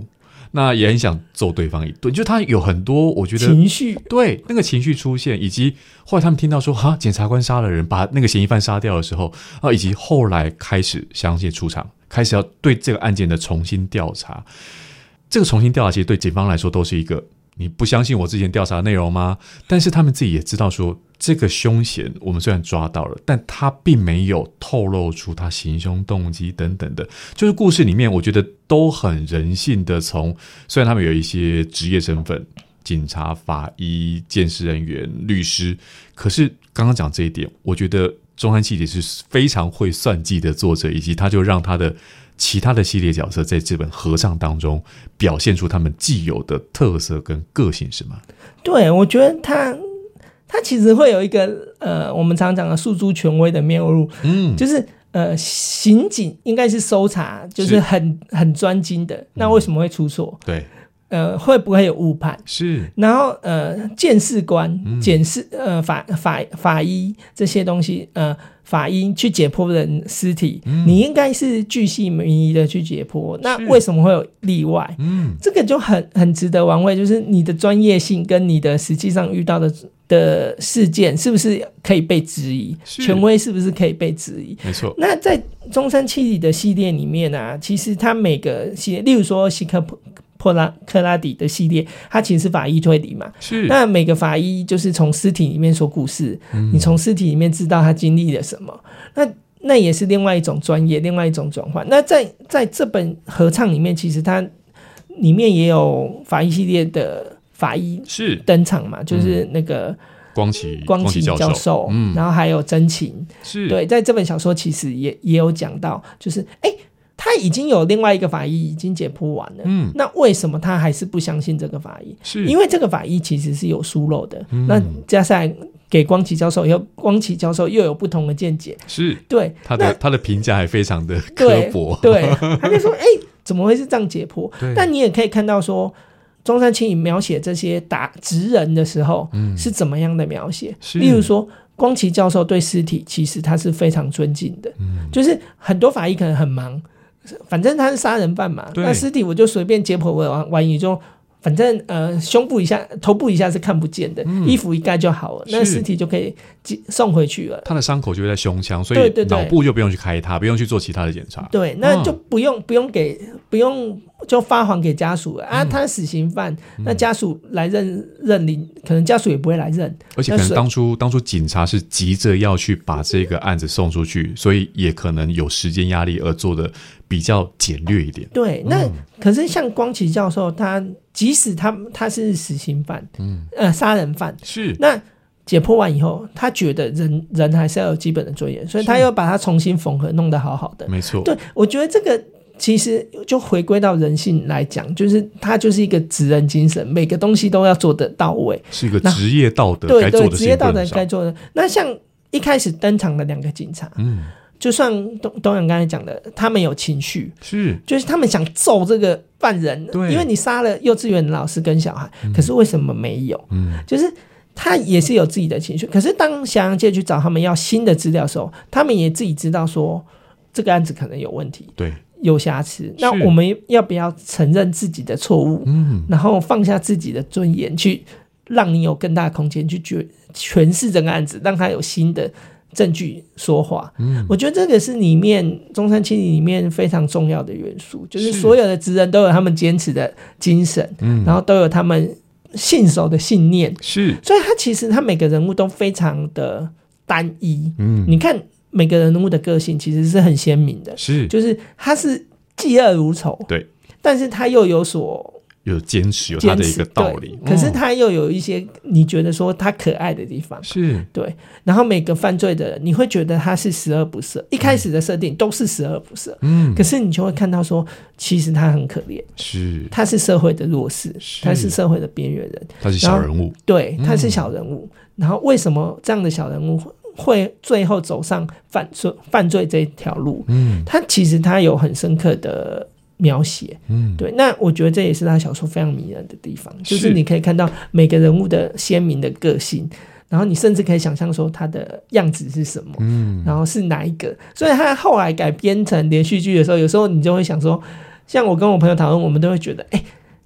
B: 那也很想揍对方一顿，就他有很多我觉得
C: 情绪，
B: 对那个情绪出现，以及后来他们听到说哈检察官杀了人，把那个嫌疑犯杀掉的时候啊，以及后来开始相信出场，开始要对这个案件的重新调查。这个重新调查其实对警方来说都是一个，你不相信我之前调查的内容吗？但是他们自己也知道说，这个凶嫌我们虽然抓到了，但他并没有透露出他行凶动机等等的，就是故事里面我觉得都很人性的从，虽然他们有一些职业身份，警察、法医、鉴识人员、律师，可是刚刚讲这一点，我觉得中山七里是非常会算计的作者，以及他就让他的其他的系列角色在这本合唱当中表现出他们既有的特色跟个性，是吗？
C: 对，我觉得他其实会有一个我们常讲的诉诸权威的谬误，就是刑警应该是搜查，就是很专精的，那为什么会出错？
B: 对。
C: 会不会有误判？
B: 是，
C: 然后鉴识官、检视法医这些东西，法医去解剖人尸体，你应该是巨细靡遗的去解剖，那为什么会有例外？这个就很值得玩味，就是你的专业性跟你的实际上遇到的事件是不是可以被质疑，权威是不是可以被质疑？
B: 没错。
C: 那在中山七里的系列里面啊，其实它每个系列，例如说希克拉底的系列，它其实是法医推理嘛，
B: 是。那
C: 每个法医就是从尸体里面说故事，你从尸体里面知道他经历了什么，那也是另外一种专业，另外一种转换。那在这本合唱里面，其实它里面也有法医系列的法医是登场嘛，就是那个光启教授，然后还有真情，是对，在这本小说其实也有讲到，就是他已经有另外一个法医已经解剖完了，那为什么他还是不相信这个法医？是因为这个法医其实是有疏漏的，那加上来给光启教授以后，光启教授又有不同的见解，是对他
B: 的评价还非常的刻薄，
C: 对，他就说怎么会是这样解剖？但你也可以看到说，中山青影描写这些打职人的时候，是怎么样的描写？例如说，光启教授对尸体其实他是非常尊敬的，就是很多法医可能很忙，反正他是杀人犯嘛，那尸体我就随便解剖完也就反正胸部以下、头部以下是看不见的，衣服一盖就好了，那尸体就可以送回去了。
B: 他的伤口就会在胸腔，所以脑部就不用去开它，不用去做其他的检查。
C: 对，那就不用就发还给家属了啊。他是死刑犯，那家属来认领，可能家属也不会来认，
B: 而且可能当初警察是急着要去把这个案子送出去，所以也可能有时间压力而做的比较简略一点。
C: 对，那可是像光启教授，他即使他是死刑犯，杀人犯，是那解剖完以后，他觉得人还是要有基本的尊严，所以他又把它重新缝合，弄得好好的。没错，对，我觉得这个其实就回归到人性来讲，就是他就是一个职人精神，每个东西都要做得到位，是一个职业道德该做的事情。对，职业道德该做的。那像一开始登场的两个警察，就像东阳刚才讲的，他们有情绪，就是他们想揍这个犯人，因为你杀了幼稚园的老师跟小孩，可是为什么没有？就是他也是有自己的情绪。可是当翔阳界去找他们要新的资料的时候，他们也自己知道说这个案子可能有问题，对，有瑕疵。那我们要不要承认自己的错误？然后放下自己的尊严，去让你有更大的空间去诠释这个案子，让他有新的证据说话。我觉得这个是里面中山七里里面非常重要的元素，就是所有的职人都有他们坚持的精神，然后都有他们信守的信念，是，所以他每个人物都非常的单一。你看每个人物的个性其实是很鲜明的，是，就是他是嫉恶如仇，对，但是他又有坚持，有他的一个道理，可是他又有一些你觉得说他可爱的地方，是对。然后每个犯罪的人，你会觉得他是十恶不赦，一开始的设定都是十恶不赦，可是你就会看到说，其实他很可怜，是，他是社会的弱势，他是社会的边缘人，他是小人物，对，他是小人物。然后为什么这样的小人物会最后走上犯罪这条路？他其实他有很深刻的描写，对，那我觉得这也是他小说非常迷人的地方，就是你可以看到每个人物的鲜明的个性，然后你甚至可以想象说他的样子是什么，然后是哪一个。所以他后来改编成连续剧的时候，有时候你就会想说，像我跟我朋友讨论，我们都会觉得，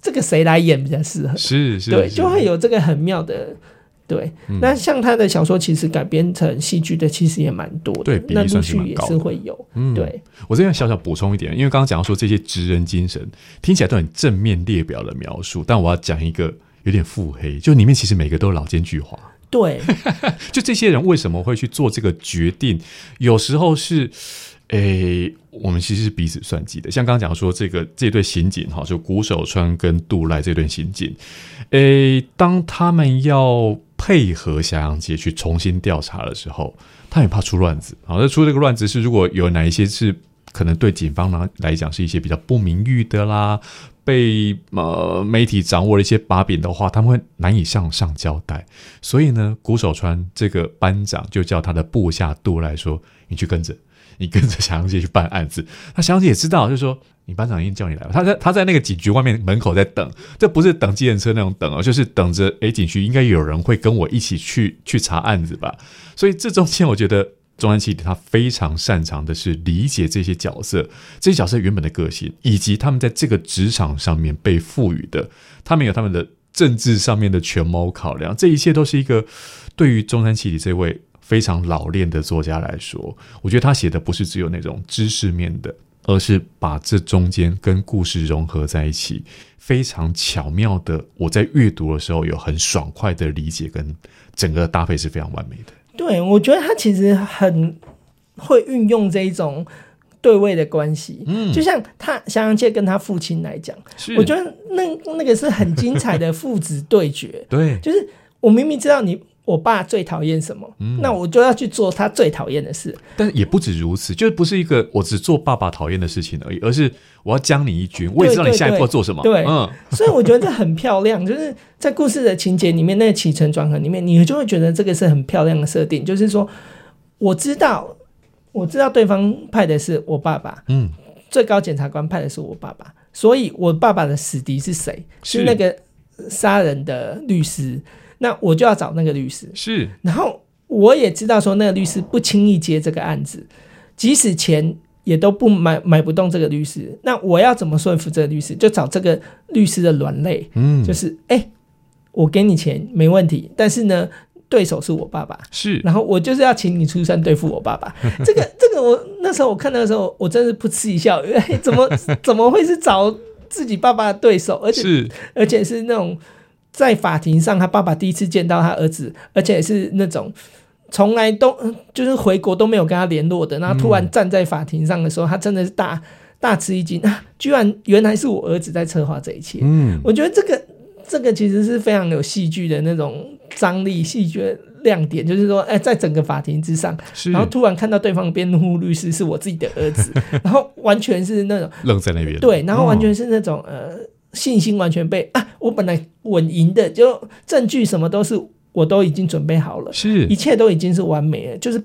C: 这个谁来演比较适合？
B: 是，
C: 对，就会有这个很妙的。对，那像他的小说其实改编成戏剧的其实也蛮多的，
B: 对，比例算是蛮高的，
C: 那陆续也是会有。对，
B: 我这边小小补充一点，因为刚刚讲到说这些职人精神听起来都很正面列表的描述，但我要讲一个有点腹黑，就里面其实每个都老奸巨猾。
C: 对，就
B: 这些人为什么会去做这个决定？有时候是，我们其实是彼此算计的。像刚刚讲说这对刑警哈，就谷守川跟杜赖这对刑警，当他们要配合霞阳街去重新调查的时候，他也怕出乱子。好，那出这个乱子是如果有哪一些是可能对警方来讲是一些比较不名誉的啦，被媒体掌握了一些把柄的话，他们会难以向上交代。所以呢，谷守川这个班长就叫他的部下杜赖说：“你去跟着霞阳街去办案子。”那霞阳街也知道，就说：“你班长已经叫你来了。”他在那个警局外面门口在等，这不是等计程车那种等就是等着警局应该有人会跟我一起去查案子吧。所以这中间我觉得中山七里他非常擅长的是理解这些角色原本的个性，以及他们在这个职场上面被赋予的，他们有他们的政治上面的权谋考量，这一切都是一个对于中山七里这位非常老练的作家来说，我觉得他写的不是只有那种知识面的，而是把这中间跟故事融合在一起，非常巧妙的，我在阅读的时候有很爽快的理解，跟整个搭配是非常完美的。
C: 对，我觉得他其实很会运用这一种对位的关系，就像霞阳街跟他父亲来讲，我觉得那个是很精彩的父子对决。
B: 对，
C: 就是我明明知道我爸最讨厌什么，那我就要去做他最讨厌的事。
B: 但也不止如此，就是不是一个我只做爸爸讨厌的事情而已，而是我要将你一军，我也知道你下一步要做什么。
C: 对，所以我觉得这很漂亮，就是在故事的情节里面，那个起承转合里面，你就会觉得这个是很漂亮的设定，就是说我知道对方派的是我爸爸，最高检察官派的是我爸爸，所以我爸爸的死敌是谁？是那个杀人的律师。那我就要找那个律师，是，然后我也知道说那个律师不轻易接这个案子，即使钱也都不买不动这个律师。那我要怎么说服这个律师？就找这个律师的软肋，就是我给你钱没问题，但是呢，对手是我爸爸，是，然后我就是要请你出山对付我爸爸。这个我那时候我看到的时候，我真是噗嗤一笑，怎么会是找自己爸爸的对手，而且是那种。在法庭上他爸爸第一次见到他儿子，而且是那种从来都就是回国都没有跟他联络的，然后突然站在法庭上的时候，他真的是大吃一惊啊！居然原来是我儿子在策划这一切。我觉得这个其实是非常有戏剧的那种张力，戏剧的亮点，就是说在整个法庭之上，然后突然看到对方辩护律师是我自己的儿子，然后完全是那种
B: 愣在那边，
C: 对，然后完全是那种信心完全被我本来稳赢的，就证据什么都是我都已经准备好了，是一切都已经是完美了，就是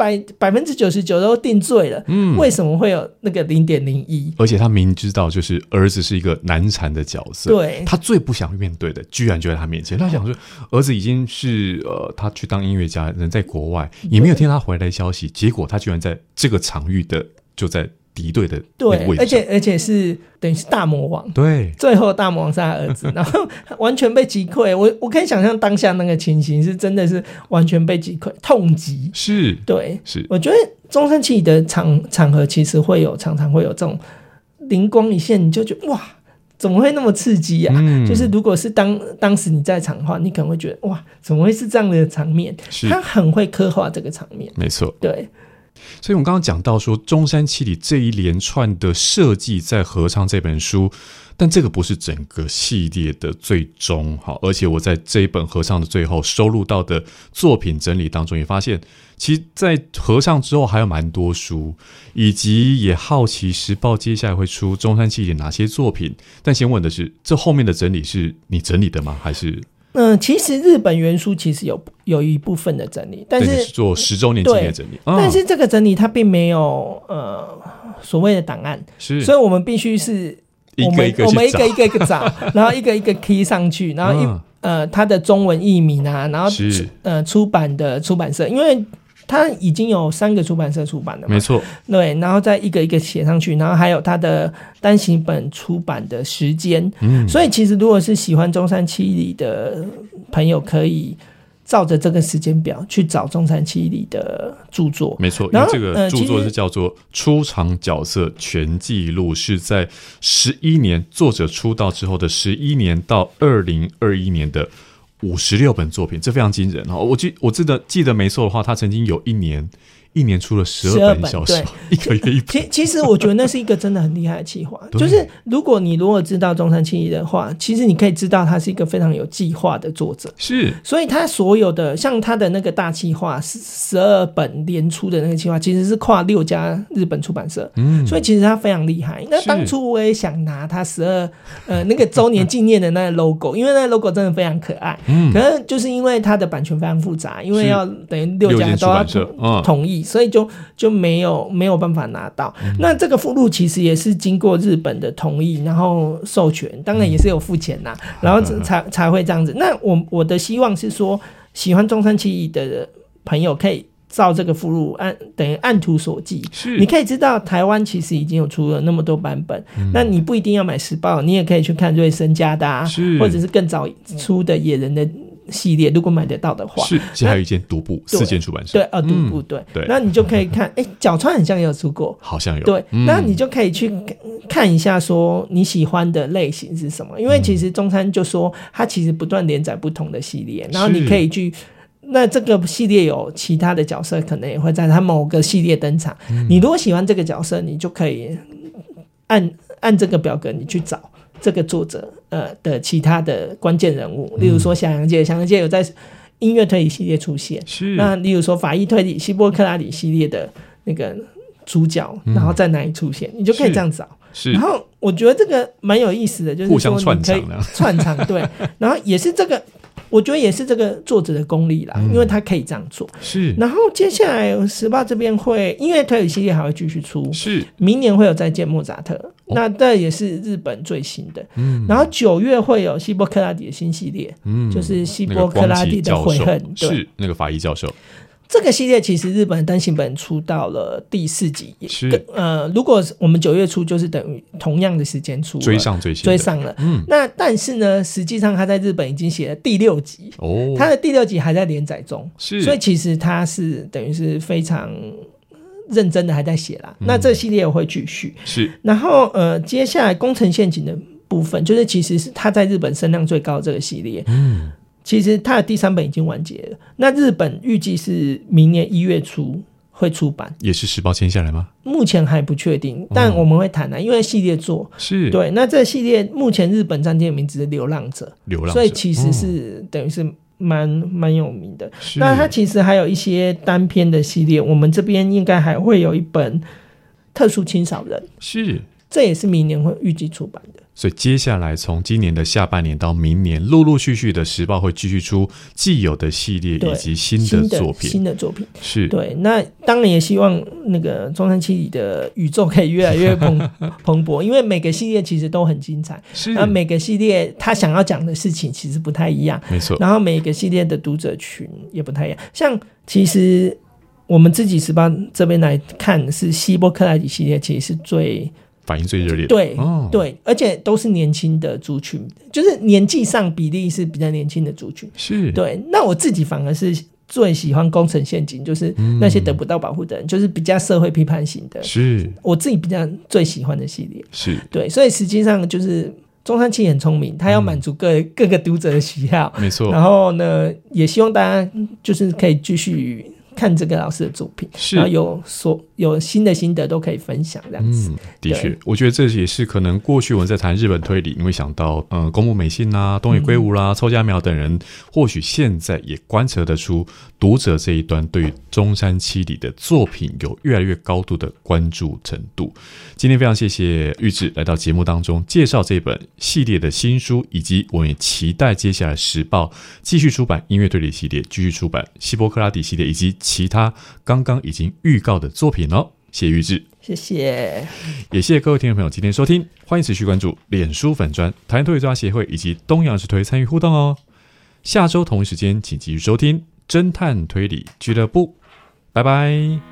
C: 99%都定罪了，为什么会有那个0.01%？
B: 而且他明知道就是儿子是一个难缠的角色，对，他最不想面对的居然就在他面前。他想说儿子已经是他去当音乐家，人在国外，也没有听他回来的消息，结果他居然在这个场域的就在敌对的那个位置，
C: 对，而且是等于是大魔王，
B: 对，
C: 最后大魔王是他儿子，然后完全被击溃。我可以想象当下那个情形是真的是完全被击溃，痛击，是，对，是。我觉得中山七里的场合其实常常会有这种灵光一现，你就觉得哇，怎么会那么刺激啊？就是如果是当时你在场的话，你可能会觉得哇，怎么会是这样的场面？他很会刻画这个场面，
B: 没错，
C: 对。
B: 所以我们刚刚讲到说中山七里这一连串的设计在合唱这本书，但这个不是整个系列的最终，而且我在这一本合唱的最后收录到的作品整理当中也发现，其实在合唱之后还有蛮多书，以及也好奇时报接下来会出中山七里哪些作品。但先问的是，这后面的整理是你整理的吗？还是
C: 其实日本原书其实有一部分的整理，但是
B: 做10周年纪念整理，
C: 但是这个整理它并没有所谓的档案，所以我们必须是我们一个一个找，然后一个一个 key 上去，然后它的中文译名啊，然后出版的出版社，因为它已经有3个出版社出版了嘛，
B: 没错，
C: 对，然后再一个一个写上去，然后还有它的单行本出版的时间，所以其实如果是喜欢中山七里的朋友，可以照着这个时间表去找中山七里的著作。
B: 没错，因为这个著作是叫做《出场角色全记录》，是在11年作者出道之后的11年到2021年的56本作品，这非常惊人。我记得没错的话，他曾经有一年出了12本小说，一个月一本。
C: 其实我觉得那是一个真的很厉害的企划，就是如果知道中山七里的话，其实你可以知道他是一个非常有计划的作者，
B: 是，
C: 所以他所有的像他的那个大企划12本连出的那个企划，其实是跨6家日本出版社，所以其实他非常厉害。那当初我也想拿他那个周年纪念的那个 logo， 因为那个 logo 真的非常可爱，可是就是因为它的版权非常复杂，因为要等于6家都要同意。所以就没有办法拿到。那这个附录其实也是经过日本的同意，然后授权，当然也是有付钱啦，然后才会这样子。那我的希望是说，喜欢中山七里的朋友可以照这个附录等于按图索骥，你可以知道台湾其实已经有出了那么多版本，那你不一定要买时报，你也可以去看瑞声家的或者是更早出的野人的系列，如果买得到的话，
B: 是，其实还有一间独步4间出版社，
C: 对，独步，对，那你就可以看，角川很像也有出过，
B: 好像有，
C: 对，那你就可以去看一下，说你喜欢的类型是什么，因为其实中山就说他其实不断连载不同的系列，然后你可以去。那这个系列有其他的角色可能也会在他某个系列登场，你如果喜欢这个角色，你就可以按这个表格你去找这个作者的其他的关键人物，例如说小杨介有在音乐推理系列出现，那例如说法医推理希波克拉底系列的那个主角，然后在哪里出现，你就可以这样找。然后我觉得这个蛮有意思的，就是说你可以串场，对，然后也是这个。我觉得也是这个作者的功力啦，因为他可以这样做。是，然后接下来时报这边会音乐推理系列还会继续出，是，明年会有再见莫扎特，那这也是日本最新的。然后9月会有希波克拉底的新系列，就是希波克拉底的悔恨，
B: 是那个法医教授。
C: 这个系列其实日本的单行本出到了第4集，如果我们9月出，就是等于同样的时间出了，追上了。那但是呢，实际上他在日本已经写了第6集，他的第6集还在连载中，所以其实他是等于是非常认真的还在写啦。那这个系列也会继续。是，然后接下来宫城陷阱的部分，就是其实是他在日本声量最高的这个系列。其实它的第3本已经完结了，那日本预计是明年1月初会出版，
B: 也是时报签下来吗？
C: 目前还不确定，但我们会谈因为系列作是对。那这个系列目前日本章节的名字是流浪者，所以其实是等于是蛮有名的。那它其实还有一些单篇的系列，我们这边应该还会有一本特殊清扫人，是，这也是明年会预计出版的。
B: 所以接下来从今年的下半年到明年，陆陆续续的时报会继续出既有的系列以及新的作品，是，对。那当然也希望那个中山七里的宇宙可以越来越蓬勃，因为每个系列其实都很精彩，是，然后每个系列他想要讲的事情其实不太一样，没错。然后每个系列的读者群也不太一样，像其实我们自己时报这边来看，是希波克拉底系列其实是反应最热烈的，
C: 对，对，而且都是年轻的族群，就是年纪上比例是比较年轻的族群，是，对。那我自己反而是最喜欢宫城陷阱，就是那些得不到保护的人，就是比较社会批判型的，是我自己比较最喜欢的系列，是，对。所以实际上就是中山七很聪明，他要满足各个读者的需要，没错。然后呢，也希望大家就是可以继续看这个老师的作品，然后有新的心得都可以分享这样子。
B: 的确，我觉得这也是可能过去我们在谈日本推理，你会想到宫部美信啊、东野圭吾啦、凑佳苗等人，或许现在也观测得出读者这一端对于中山七里的作品有越来越高度的关注程度。今天非常谢谢玉志来到节目当中介绍这本系列的新书，以及我们也期待接下来时报继续出版音乐推理系列，继续出版希波克拉底系列以及其他刚刚已经预告的作品哦。谢谢玉志，
C: 谢谢，
B: 也谢谢各位听众朋友今天收听，欢迎持续关注脸书粉专台湾推理作家协会以及东洋之推参与互动哦。下周同一时间请继续收听侦探推理俱乐部。 拜拜。